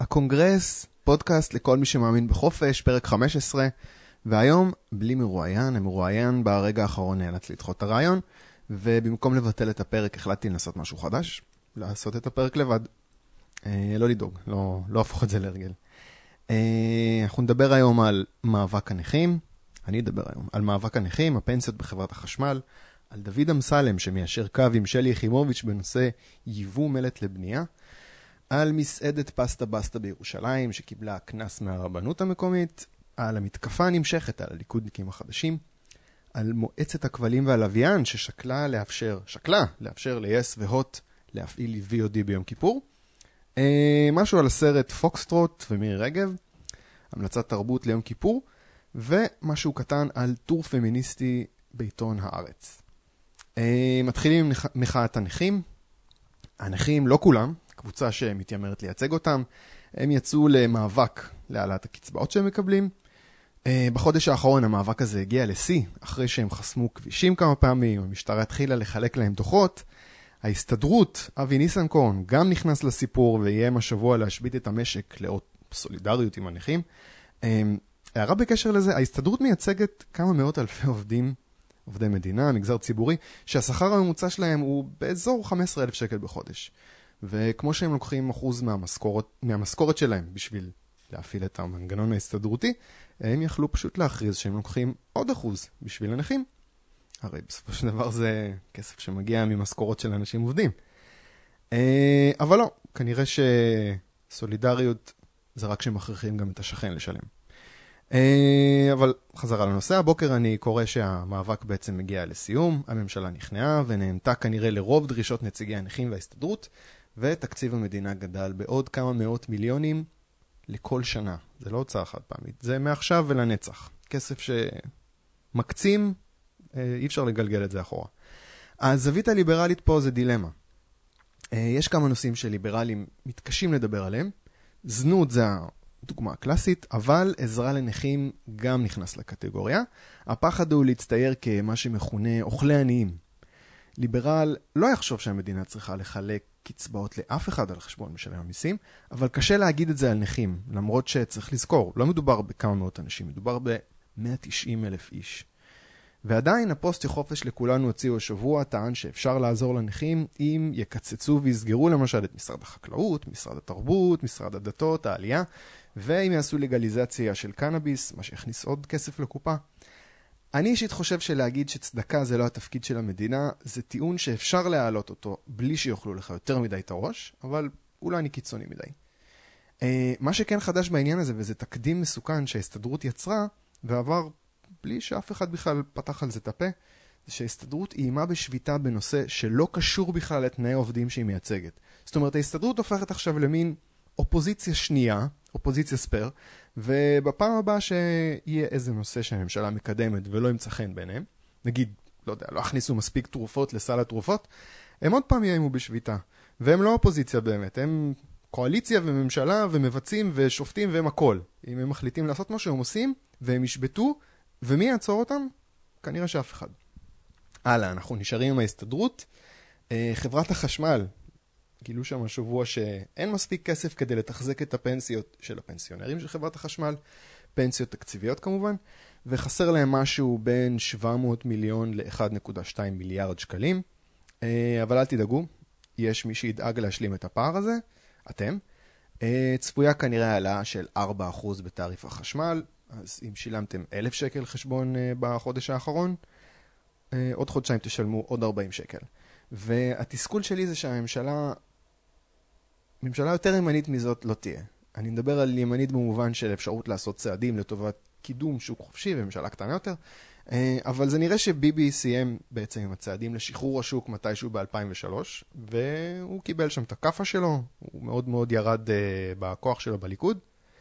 הקונגרס, פודקאסט לכל מי שמאמין בחופש, פרק 15, והיום בלי מרואיין, המרואיין ברגע האחרון נאלץ לדחות את הרעיון, ובמקום לבטל את הפרק החלטתי לנסות משהו חדש, לעשות את הפרק לבד. לא לדאוג, לא הפוך את זה להרגל. אנחנו נדבר היום על מאבק הנכים, אני אדבר היום על מאבק הנכים, הפנסיות בחברת החשמל, על דוד אמסלם שמיישר קו עם שלי יחימוביץ' בנושא ייבוא מלט לבנייה, על מסעדת פסטה בסטה בירושלים שקיבלה כנס מהרבנות המקומית, על המתקפה הנמשכת על הליכודניקים החדשים, על מועצת הכבלים והלוויין ששקלה לאפשר ל-yes והוט להפעיל VOD ביום כיפור, משהו על הסרט פוקסטרוט ומירי רגב, המלצת תרבות ליום כיפור, ומשהו קטן על טור פמיניסטי בעיתון הארץ. מתחילים עם מחאת הנכים. הנכים, לא כולם, קבוצה שמתיימרת לייצג אותם, הם יצאו למאבק להעלאת הקצבאות שהם מקבלים. בחודש האחרון המאבק הזה הגיע לשיא, אחרי שהם חסמו כבישים כמה פעמים, המשטרה התחילה לחלק להם דוחות. ההסתדרות, אבי ניסנקורן, גם נכנס לסיפור ואיים השבוע להשבית את המשק לאות סולידריות עם הנכים. הערה בקשר לזה, ההסתדרות מייצגת כמה מאות אלפי עובדי מדינה, מגזר ציבורי, שהשכר הממוצע שלהם הוא באזור 15,000 שקל בחודש. וכמו שהם לוקחים אחוז מהמשכורת שלהם בשביל להפעיל את המנגנון ההסתדרותי, הם יכלו פשוט להכריז שהם לוקחים עוד אחוז בשביל הנכים. הרי בסופו של דבר זה כסף שמגיע ממשכורות של אנשים עובדים. אבל לא, כנראה שסולידריות זה רק שמכריחים גם את השכן לשלם. אבל חזרה לנושא, הבוקר אני קורא שהמאבק בעצם מגיע לסיום, הממשלה נכנעה ונהנתה כנראה לרוב דרישות נציגי הנכים וההסתדרות, ותקציב המדינה גדל בעוד כמה מאות מיליונים לכל שנה. זה לא הוצאה חד פעמית, זה מעכשיו ולנצח. כסף שמקצים, אי אפשר לגלגל את זה אחורה. הזווית הליברלית פה זה דילמה. יש כמה נושאים שליברלים מתקשים לדבר עליהם. זנות זה הדוגמה הקלאסית, אבל עזרה לנכים גם נכנס לקטגוריה. הפחד הוא להצטייר כמה שמכונה אוכלי עניים. ליברל לא יחשוב שהמדינה צריכה לחלק קצבאות לאף אחד על חשבון משלם המיסים, אבל קשה להגיד את זה על נכים, למרות שצריך לזכור, לא מדובר בכמה מאות אנשים, מדובר ב-190,000 איש. ועדיין הפוסט חופש לכולנו הוציאו השבוע טען שאפשר לעזור לנכים אם יקצצו ויסגרו למשל את משרד החקלאות, משרד התרבות, משרד הדתות, העלייה, ואם יעשו לגליזציה של קנאביס, מה שיכניס עוד כסף לקופה. אני אישית חושב שלהגיד שצדקה זה לא התפקיד של המדינה, זה טיעון שאפשר להעלות אותו בלי שיוכלו לך יותר מדי את הראש, אבל אולי אני קיצוני מדי. מה שכן חדש בעניין הזה, וזה תקדים מסוכן שההסתדרות יצרה, ועבר בלי שאף אחד בכלל פתח על זה את הפה, זה שההסתדרות איימה בשביתה בנושא שלא קשור בכלל לתנאי עובדים שהיא מייצגת. זאת אומרת, ההסתדרות הופכת עכשיו למין אופוזיציה שנייה, אופוזיציה ספר, ובפעם הבאה שיהיה איזה נושא שהממשלה מקדמת ולא ימצא חן ביניהם, נגיד, לא יודע, לא הכניסו מספיק תרופות לסל התרופות, הם עוד פעם יימו בשביתה. והם לא אופוזיציה באמת, הם קואליציה וממשלה ומבצעים ושופטים והם הכל. אם הם מחליטים לעשות משהו, הם עושים והם ישבטו, ומי יעצור אותם? כנראה שאף אחד. הלאה, אנחנו נשארים עם ההסתדרות. חברת החשמל, גילו שם השבוע שאין מספיק כסף כדי לתחזק את הפנסיות של הפנסיונרים של חברת החשמל, פנסיות תקציביות כמובן, וחסר להם משהו בין 700 מיליון ל-1.2 מיליארד שקלים. אבל אל תדאגו, יש מי שידאג להשלים את הפער הזה, אתם. צפויה כנראה העלאה של 4% בתעריף החשמל, אז אם שילמתם 1,000 שקל חשבון בחודש האחרון, עוד חודשיים תשלמו עוד 40 שקל. והתסכול שלי זה שהממשלה, ממשלה יותר ימנית מזאת לא תהיה. אני מדבר על ימנית במובן של אפשרות לעשות צעדים לטובת קידום שוק חופשי וממשלה קטנה יותר, אבל זה נראה שביבי סיים בעצם עם הצעדים לשחרור השוק מתישהו ב-2003, והוא קיבל שם את הקפה שלו, הוא מאוד מאוד ירד בכוח שלו בליכוד,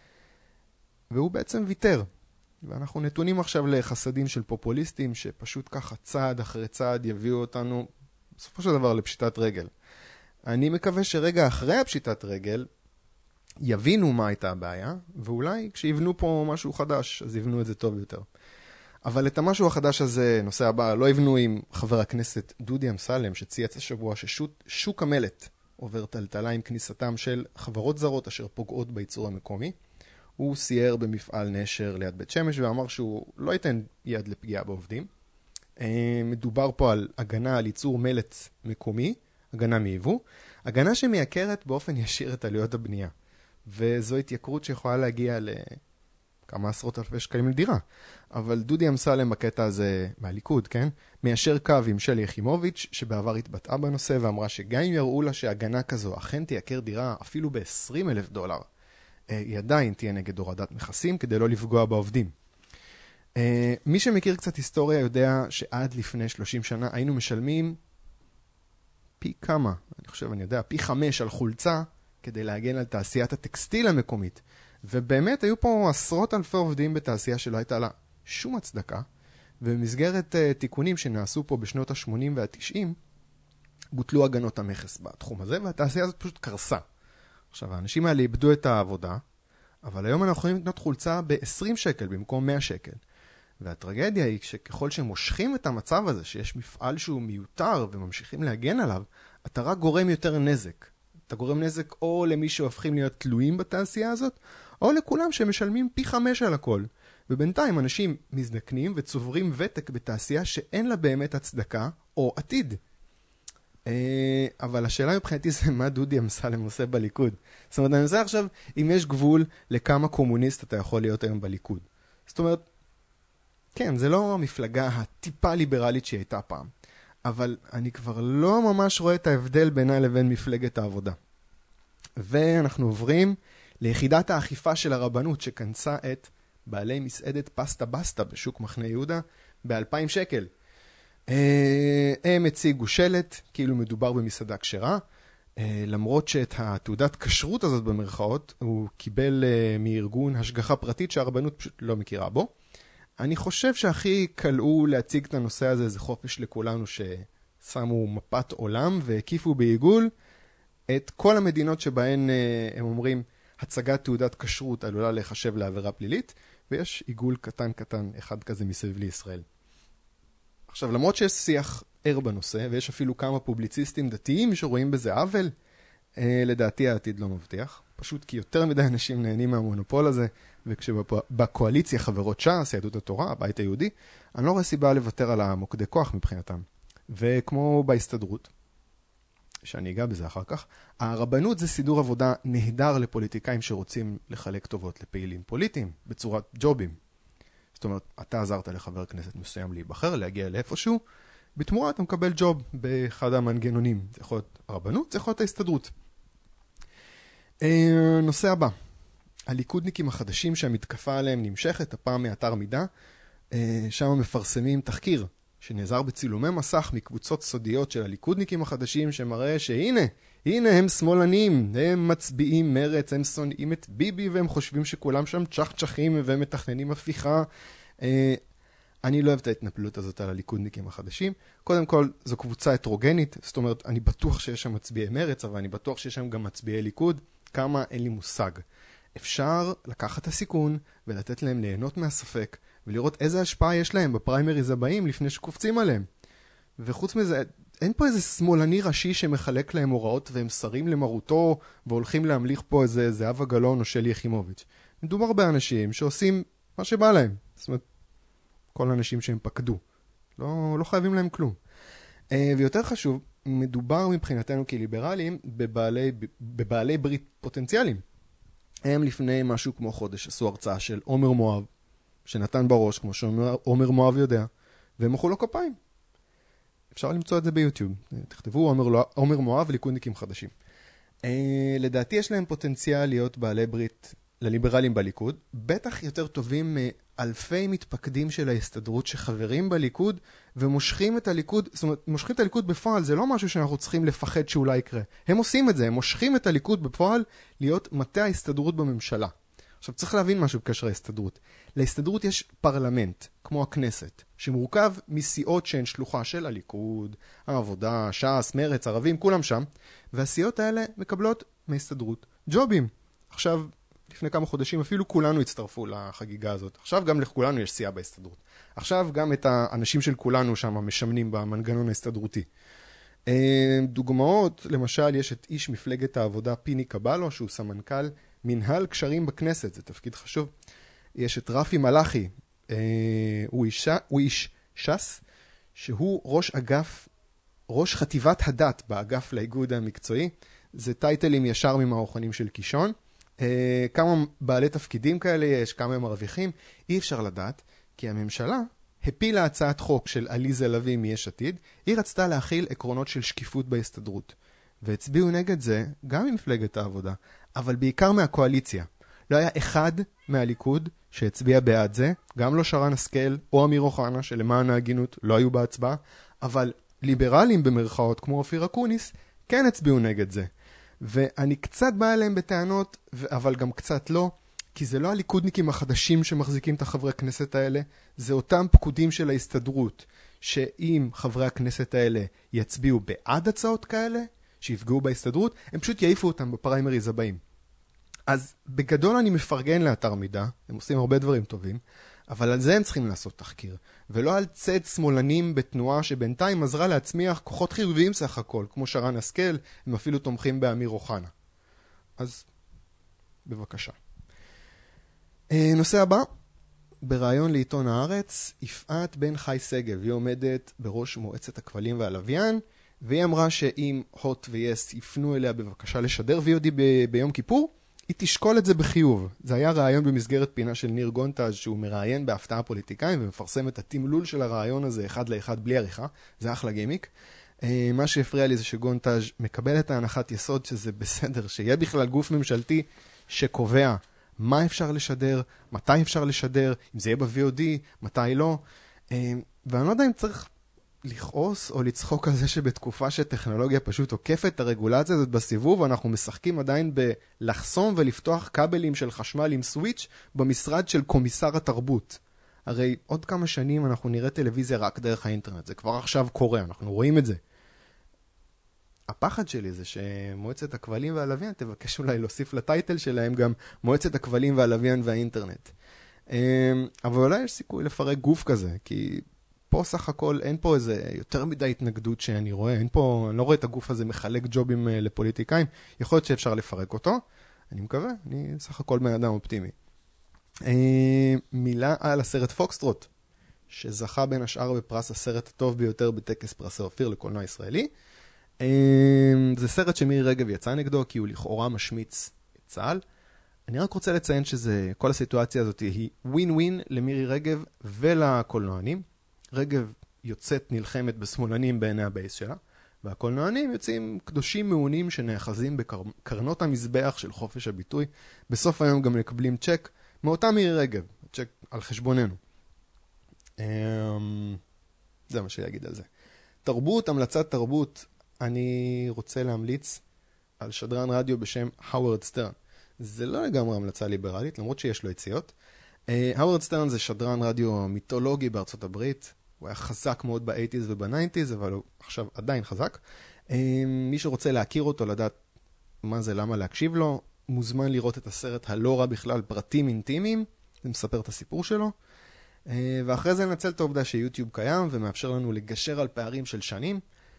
והוא בעצם ויתר. ואנחנו נתונים עכשיו לחסדים של פופוליסטים שפשוט ככה צעד אחרי צעד יביאו אותנו בסופו של דבר לפשיטת רגל. אני מקווה שרגע אחרי הפשיטת רגל יבינו מה הייתה הבעיה, ואולי כשיבנו פה משהו חדש אז יבנו את זה טוב יותר. אבל את המשהו החדש הזה, נושא הבא, לא יבנו עם חבר הכנסת דודי אמסלם שצייץ השבוע ששוק המלט עובר טלטלה עם כניסתם של חברות זרות אשר פוגעות בייצור המקומי. הוא סייר במפעל נשר ליד בית שמש ואמר שהוא לא ייתן יד לפגיעה בעובדים. מדובר פה על הגנה על ייצור מלט מקומי, הגנה מייבוא, הגנה שמייקרת באופן ישיר את עלויות הבנייה. וזו התייקרות שיכולה להגיע לכמה עשרות אלפי שקלים לדירה. אבל דודי אמסלם בקטע הזה מהליכוד, כן? מיישר קו עם שלי יחימוביץ' שבעבר התבטאה בנושא ואמרה שגם אם יראו לה שהגנה כזו אכן תייקר דירה אפילו ב$20,000, היא עדיין תהיה נגד הורדת מכסים כדי לא לפגוע בעובדים. מי שמכיר קצת היסטוריה יודע שעד לפני 30 שנה היינו משלמים פי כמה, פי 5 על חולצה כדי להגן על תעשיית הטקסטיל המקומית. ובאמת היו פה עשרות אלפי עובדים בתעשייה שלא הייתה לה שום הצדקה, ובמסגרת תיקונים שנעשו פה בשנות ה-80 וה-90, בוטלו הגנות המכס בתחום הזה, והתעשייה הזאת פשוט קרסה. עכשיו, האנשים האלה איבדו את העבודה, אבל היום אנחנו יכולים לקנות חולצה ב-20 שקל במקום 100 שקל. והטרגדיה היא שככל שמושכים את המצב הזה, שיש מפעל שהוא מיותר וממשיכים להגן עליו, אתה רק גורם יותר נזק. אתה גורם נזק או למי שהופכים להיות תלויים בתעשייה הזאת, או לכולם שמשלמים פי 5 על הכל. ובינתיים אנשים מזדקנים וצוברים ותק בתעשייה שאין לה באמת הצדקה או עתיד. אבל השאלה מבחינתי זה מה דודי אמסלם עושה בליכוד. זאת אומרת, אני מנסה עכשיו אם יש גבול לכמה קומוניסט אתה יכול להיות היום בליכוד. זאת אומרת, כן, זה לא המפלגה הטיפה ליברלית שהייתה פעם. אבל אני כבר לא ממש רואה את ההבדל בינה לבין מפלגת העבודה. ואנחנו עוברים ליחידת האכיפה של הרבנות שכנסה את בעלי מסעדת פסטה בסטה בשוק מחנה יהודה ב-2,000 שקל. הם הציגו שלט, כאילו מדובר במסעדה כשרה, למרות שאת התעודת כשרות הזאת במרכאות הוא קיבל מארגון השגחה פרטית שהרבנות פשוט לא מכירה בו. אני חושב שהכי קלעו להציג את הנושא הזה זה חופש לכולנו ששמו מפת עולם והקיפו בעיגול את כל המדינות שבהן הם אומרים הצגת תעודת כשרות עלולה להיחשב לעבירה פלילית, ויש עיגול קטן אחד כזה מסביב לישראל. עכשיו, למרות שיש שיח ער בנושא, ויש אפילו כמה פובליציסטים דתיים שרואים בזה עוול, לדעתי העתיד לא מבטיח. פשוט כי יותר מדי אנשים נהנים מהמונופול הזה, וכשבקואליציה חברות ש"ס, יהדות התורה, הבית היהודי, אני לא רואה סיבה לוותר על המוקדי כוח מבחינתם. וכמו בהסתדרות, שאני אגע בזה אחר כך, הרבנות זה סידור עבודה נהדר לפוליטיקאים שרוצים לחלק טובות לפעילים פוליטיים, בצורת ג'ובים. זאת אומרת, אתה עזרת לחבר כנסת מסוים להיבחר, להגיע לאיפשהו, בתמורה אתה מקבל ג'וב באחד המנגנונים. זה יכול להיות הרבנות, זה יכול להיות ההסתדרות. נושא הבא, הליכודניקים החדשים שהמתקפה עליהם נמשכת, הפעם מאתר מידע, שם מפרסמים תחקיר שנעזר בצילומי מסך מקבוצות סודיות של הליכודניקים החדשים, שמראה שהנה הם שמאלנים, הם מצביעים מרץ, הם שונאים את ביבי והם חושבים שכולם שם צ'חצ'חים והם מתכננים הפיכה. אני לא אוהב את ההתנפלות הזאת על הליכודניקים החדשים. קודם כל, זו קבוצה הטרוגנית, זאת אומרת, אני בטוח שיש שם מצביעי מרץ, אבל אני בטוח שיש שם גם מצביעי ליכוד. כמה אין לי מושג. אפשר לקחת את הסיכון ולתת להם ליהנות מהספק, ולראות איזה השפעה יש להם בפריימריז הבאים לפני שקופצים עליהם. וחוץ מזה, אין פה איזה שמאלני ראשי שמחלק להם הוראות והם שרים למרותו והולכים להמליך פה איזה זהבה גלאון או שלי יחימוביץ'. מדובר באנשים שעושים מה שבא להם. זאת אומרת, כל האנשים שהם פקדו. לא חייבים להם כלום. ויותר חשוב, מדובר מבחינתנו כליברלים בבעלי ברית פוטנציאליים. הם לפני משהו כמו חודש עשו הרצאה של עומר מואב, שנתן בראש, כמו שעומר מואב יודע, והם מחאו לו כפיים. אפשר למצוא את זה ביוטיוב. תכתבו עומר מואב ליכודניקים חדשים. לדעתי יש להם פוטנציאל להיות בעלי ברית לליברלים בליכוד, בטח יותר טובים מאלפי מתפקדים של ההסתדרות שחברים בליכוד ומושכים את הליכוד, זאת אומרת, מושכים את הליכוד בפועל, זה לא משהו שאנחנו צריכים לפחד שאולי יקרה. הם עושים את זה, הם מושכים את הליכוד בפועל להיות מטה ההסתדרות בממשלה. עכשיו צריך להבין משהו בקשר להסתדרות. להסתדרות יש פרלמנט, כמו הכנסת, שמורכב מסיעות שהן שלוחה של הליכוד, העבודה, ש"ס, מרץ, ערבים, כולם שם, והסיעות האלה מקבלות מההסתדרות ג'ובים. עכשיו, לפני כמה חודשים אפילו כולנו הצטרפו לחגיגה הזאת. עכשיו גם לכולנו יש סיעה בהסתדרות. עכשיו גם את האנשים של כולנו שם משמנים במנגנון ההסתדרותי. דוגמאות, למשל, יש את איש מפלגת העבודה פיני קבלו, שהוא סמנכ"ל מנהל קשרים בכנסת, זה תפקיד חשוב. יש את רפי מלאכי, הוא איש ש"ס, שהוא ראש חטיבת הדת באגף לאיגוד המקצועי. זה טייטלים ישר ממערכונים של קישון. כמה בעלי תפקידים כאלה יש, כמה הם מרוויחים, אי אפשר לדעת, כי הממשלה הפילה הצעת חוק של עליזה לביא מיש עתיד, היא רצתה להכיל עקרונות של שקיפות בהסתדרות, והצביעו נגד זה גם ממפלגת העבודה, אבל בעיקר מהקואליציה. לא היה אחד מהליכוד שהצביע בעד זה, גם לא שרן השכל או אמיר אוחנה, שלמען ההגינות לא היו בהצבעה, אבל ליברלים במרכאות כמו אופיר אקוניס כן הצביעו נגד זה. ואני קצת בא אליהם בטענות, אבל גם קצת לא, כי זה לא הליכודניקים החדשים שמחזיקים את החברי כנסת האלה, זה אותם פקודים של ההסתדרות, שאם חברי הכנסת האלה יצביעו בעד הצעות כאלה, שיפגעו בהסתדרות, הם פשוט יעיפו אותם בפריימריז הבאים. אז בגדול אני מפרגן לאתר מידע, הם עושים הרבה דברים טובים, אבל על זה הם צריכים לעשות תחקיר, ולא על צד שמאלנים בתנועה שבינתיים עזרה להצמיח כוחות חיוביים סך הכל, כמו שרן השכל, הם אפילו תומכים באמיר אוחנה. אז בבקשה. נושא הבא, בראיון לעיתון הארץ, יפעת בן חי סגב, היא עומדת בראש מועצת הכבלים והלוויין, והיא אמרה שאם הוט ויס יפנו אליה בבקשה לשדר VOD ביום כיפור, היא תשקול את זה בחיוב. זה היה ראיון במסגרת פינה של ניר גונטאז' שהוא מראיין בהפתעה פוליטיקאים ומפרסם את התמלול של הראיון הזה אחד לאחד בלי עריכה. זה אחלה גימיק. מה שהפריע לי זה שגונטאז' מקבל את ההנחת יסוד שזה בסדר, שיהיה בכלל גוף ממשלתי שקובע מה אפשר לשדר, מתי אפשר לשדר, אם זה יהיה ב-VOD, מתי לא. ואני לא יודע אם צריך לכעוס או לצחוק על זה שבתקופה שטכנולוגיה פשוט עוקפת את הרגולציה הזאת בסיבוב, ואנחנו משחקים עדיין בלחסום ולפתוח כבלים של חשמל עם סוויץ' במשרד של קומיסר התרבות. הרי עוד כמה שנים אנחנו נראה טלוויזיה רק דרך האינטרנט, זה כבר עכשיו קורה, אנחנו רואים את זה. הפחד שלי זה שמועצת הכבלים והלוויין תבקש אולי להוסיף לטייטל שלהם גם מועצת הכבלים והלוויין והאינטרנט. אבל אולי יש סיכוי לפרק גוף כזה, כי פה סך הכל אין פה איזה יותר מדי התנגדות שאני רואה, אני לא רואה את הגוף הזה מחלק ג'ובים לפוליטיקאים, יכול להיות שאפשר לפרק אותו, אני מקווה, אני סך הכל בן אדם אופטימי. מילה על הסרט פוקסטרוט, שזכה בין השאר בפרס הסרט הטוב ביותר בטקס פרסי אופיר לקולנוע ישראלי. זה סרט שמירי רגב יצא נגדו, כי הוא לכאורה משמיץ את צה"ל. אני רק רוצה לציין כל הסיטואציה הזאת היא ווין ווין למירי רגב ולקולנוענים. רגב יוצאת נלחמת בשמאלנים בעיני הבייס שלה, והקולנוענים יוצאים קדושים מעונים שנאחזים בקרנות המזבח של חופש הביטוי. בסוף היום גם מקבלים צ'ק מאותה מירי רגב, צ'ק על חשבוננו. זה מה שיגיד על זה. תרבות, המלצת תרבות, אני רוצה להמליץ על שדרן רדיו בשם האוורד סטרן. זה לא לגמרי המלצה ליברלית, למרות שיש לו יציאות. האוורד סטרן זה שדרן רדיו מיתולוגי בארצות הברית. הוא היה חזק מאוד ב-80s וב-90s, אבל הוא עכשיו עדיין חזק. מי שרוצה להכיר אותו, לדעת מה זה, למה להקשיב לו, מוזמן לראות את הסרט הלא רע בכלל, פרטים אינטימיים. זה מספר את הסיפור שלו. ואחרי זה ננצל את העובדה שיוטיוב קיים ומאפשר לנו לגשר על פערים של שנים.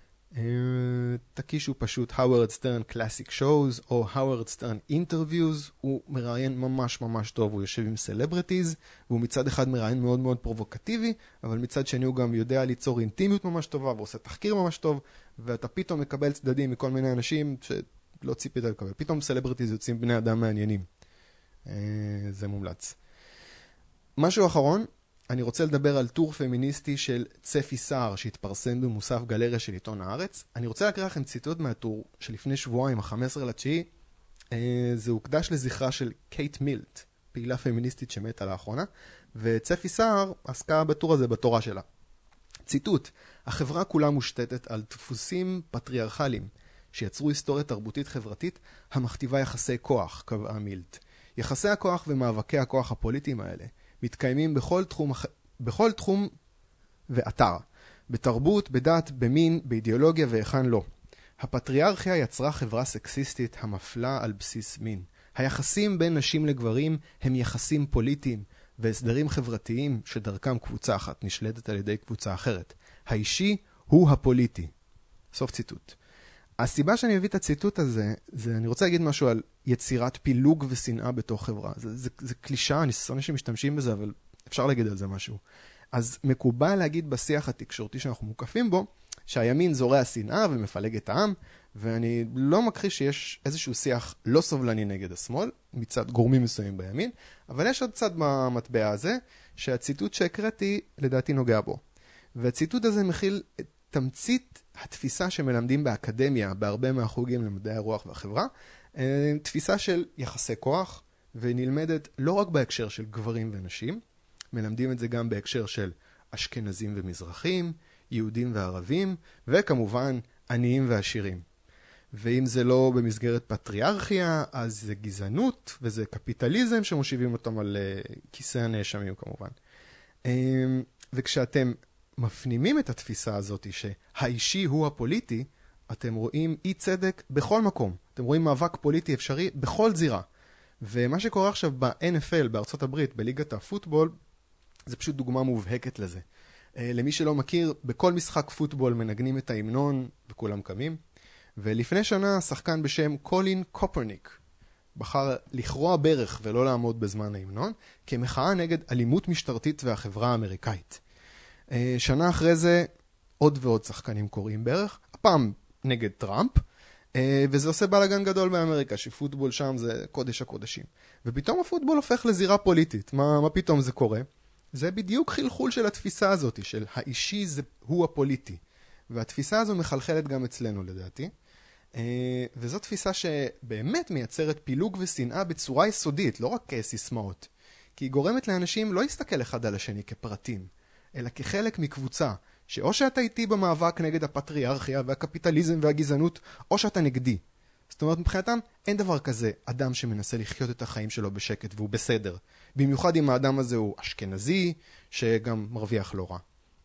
תקישו פשוט Howard Stern Classic Shows או Howard Stern Interviews. הוא מראיין ממש ממש טוב, הוא יושב עם סלבריטיז, והוא מצד אחד מראיין מאוד מאוד פרובוקטיבי, אבל מצד שני הוא גם יודע ליצור אינטימיות ממש טובה ועושה תחקיר ממש טוב, ואתה פתאום מקבל צדדים מכל מיני אנשים שלא ציפית לקבל. פתאום סלבריטיז יוצאים בני אדם מעניינים. זה מומלץ. משהו אחרון, אני רוצה לדבר על טור פמיניסטי של צפי סער שהתפרסם במוסף גלריה של עיתון הארץ. אני רוצה להקריא לכם ציטוט מהטור שלפני שבועיים, ה-15/9. זה הוקדש לזכרה של קייט מילט, פעילה פמיניסטית שמתה לאחרונה, וצפי סער עסקה בטור הזה בתורה שלה. ציטוט: החברה כולה מושתתת על דפוסים פטריארכליים שיצרו היסטוריה תרבותית חברתית המכתיבה יחסי כוח, קבעה מילט. יחסי הכוח ומאבקי הכוח הפוליטיים האלה מתקיימים בכל תחום ואתר, בתרבות, בדת, במין, באידיאולוגיה והיכן לא. הפטריארכיה יצרה חברה סקסיסטית המפלה על בסיס מין. היחסים בין נשים לגברים הם יחסים פוליטיים והסדרים חברתיים שדרכם קבוצה אחת נשלטת על ידי קבוצה אחרת. האישי הוא הפוליטי. סוף ציטוט. הסיבה שאני מביא את הציטוט הזה, זה אני רוצה להגיד משהו על יצירת פילוג ושנאה בתוך חברה. זה קלישה, אני שונא שמשתמשים בזה, אבל אפשר להגיד על זה משהו. אז מקובל להגיד בשיח התקשורתי שאנחנו מוקפים בו, שהימין זורע שנאה ומפלג את העם, ואני לא מכחיש שיש איזשהו שיח לא סובלני נגד השמאל, מצד גורמים מסוימים בימין, אבל יש עוד צד במטבע הזה, שהציטוט שהקראתי לדעתי נוגע בו. והציטוט הזה מכיל תמצית התפיסה שמלמדים באקדמיה, בהרבה מהחוגים למדעי הרוח והחברה, תפיסה של יחסי כוח, ונלמדת לא רק בהקשר של גברים ונשים, מלמדים את זה גם בהקשר של אשכנזים ומזרחים, יהודים וערבים, וכמובן עניים ועשירים. ואם זה לא במסגרת פטריארכיה, אז זה גזענות, וזה קפיטליזם שמושיבים אותם על כיסא הנאשמים כמובן. וכשאתם מפנימים את התפיסה הזאת שהאישי הוא הפוליטי, אתם רואים אי צדק בכל מקום. אתם רואים מאבק פוליטי אפשרי בכל זירה. ומה שקורה עכשיו ב-NFL בארצות הברית, בליגת הפוטבול, זה פשוט דוגמה מובהקת לזה. למי שלא מכיר, בכל משחק פוטבול מנגנים את ההמנון וכולם קמים. ולפני שנה שחקן בשם קולין קופרניק בחר לכרוע ברך ולא לעמוד בזמן ההמנון, כמחאה נגד אלימות משטרתית והחברה האמריקאית. שנה אחרי זה עוד ועוד שחקנים קוראים ברך, הפעם נגד טראמפ, וזה עושה בלגן גדול באמריקה, שפוטבול שם זה קודש הקודשים. ופתאום הפוטבול הופך לזירה פוליטית. מה פתאום זה קורה? זה בדיוק חלחול של התפיסה הזאת, של האישי הוא הפוליטי. והתפיסה הזו מחלחלת גם אצלנו לדעתי. וזו תפיסה שבאמת מייצרת פילוג ושנאה בצורה יסודית, לא רק כסיסמאות. כי היא גורמת לאנשים לא להסתכל אחד על השני כפרטים, אלא כחלק מקבוצה, שאו שאתה איתי במאבק נגד הפטריארכיה והקפיטליזם והגזענות, או שאתה נגדי. זאת אומרת, מבחינתם אין דבר כזה אדם שמנסה לחיות את החיים שלו בשקט והוא בסדר. במיוחד אם האדם הזה הוא אשכנזי, שגם מרוויח לא רע.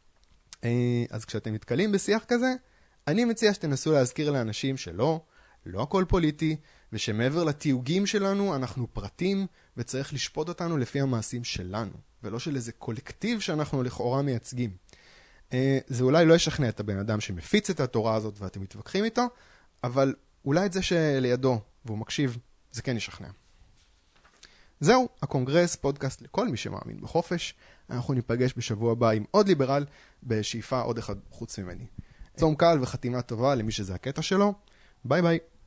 אז כשאתם מתקלים בשיח כזה, אני מציע שתנסו להזכיר לאנשים שלא, לא הכל פוליטי, ושמעבר לתיוגים שלנו אנחנו פרטים, וצריך לשפוט אותנו לפי המעשים שלנו, ולא של איזה קולקטיב שאנחנו לכאורה מייצגים. זה אולי לא ישכנע את הבן אדם שמפיץ את התורה הזאת ואתם מתווכחים איתו, אבל אולי את זה שלידו והוא מקשיב, זה כן ישכנע. זהו, הקונגרס, פודקאסט לכל מי שמאמין בחופש. אנחנו ניפגש בשבוע הבא עם עוד ליברל, בשאיפה עוד אחד חוץ ממני. צום קל וחתימה טובה למי שזה הקטע שלו. ביי ביי.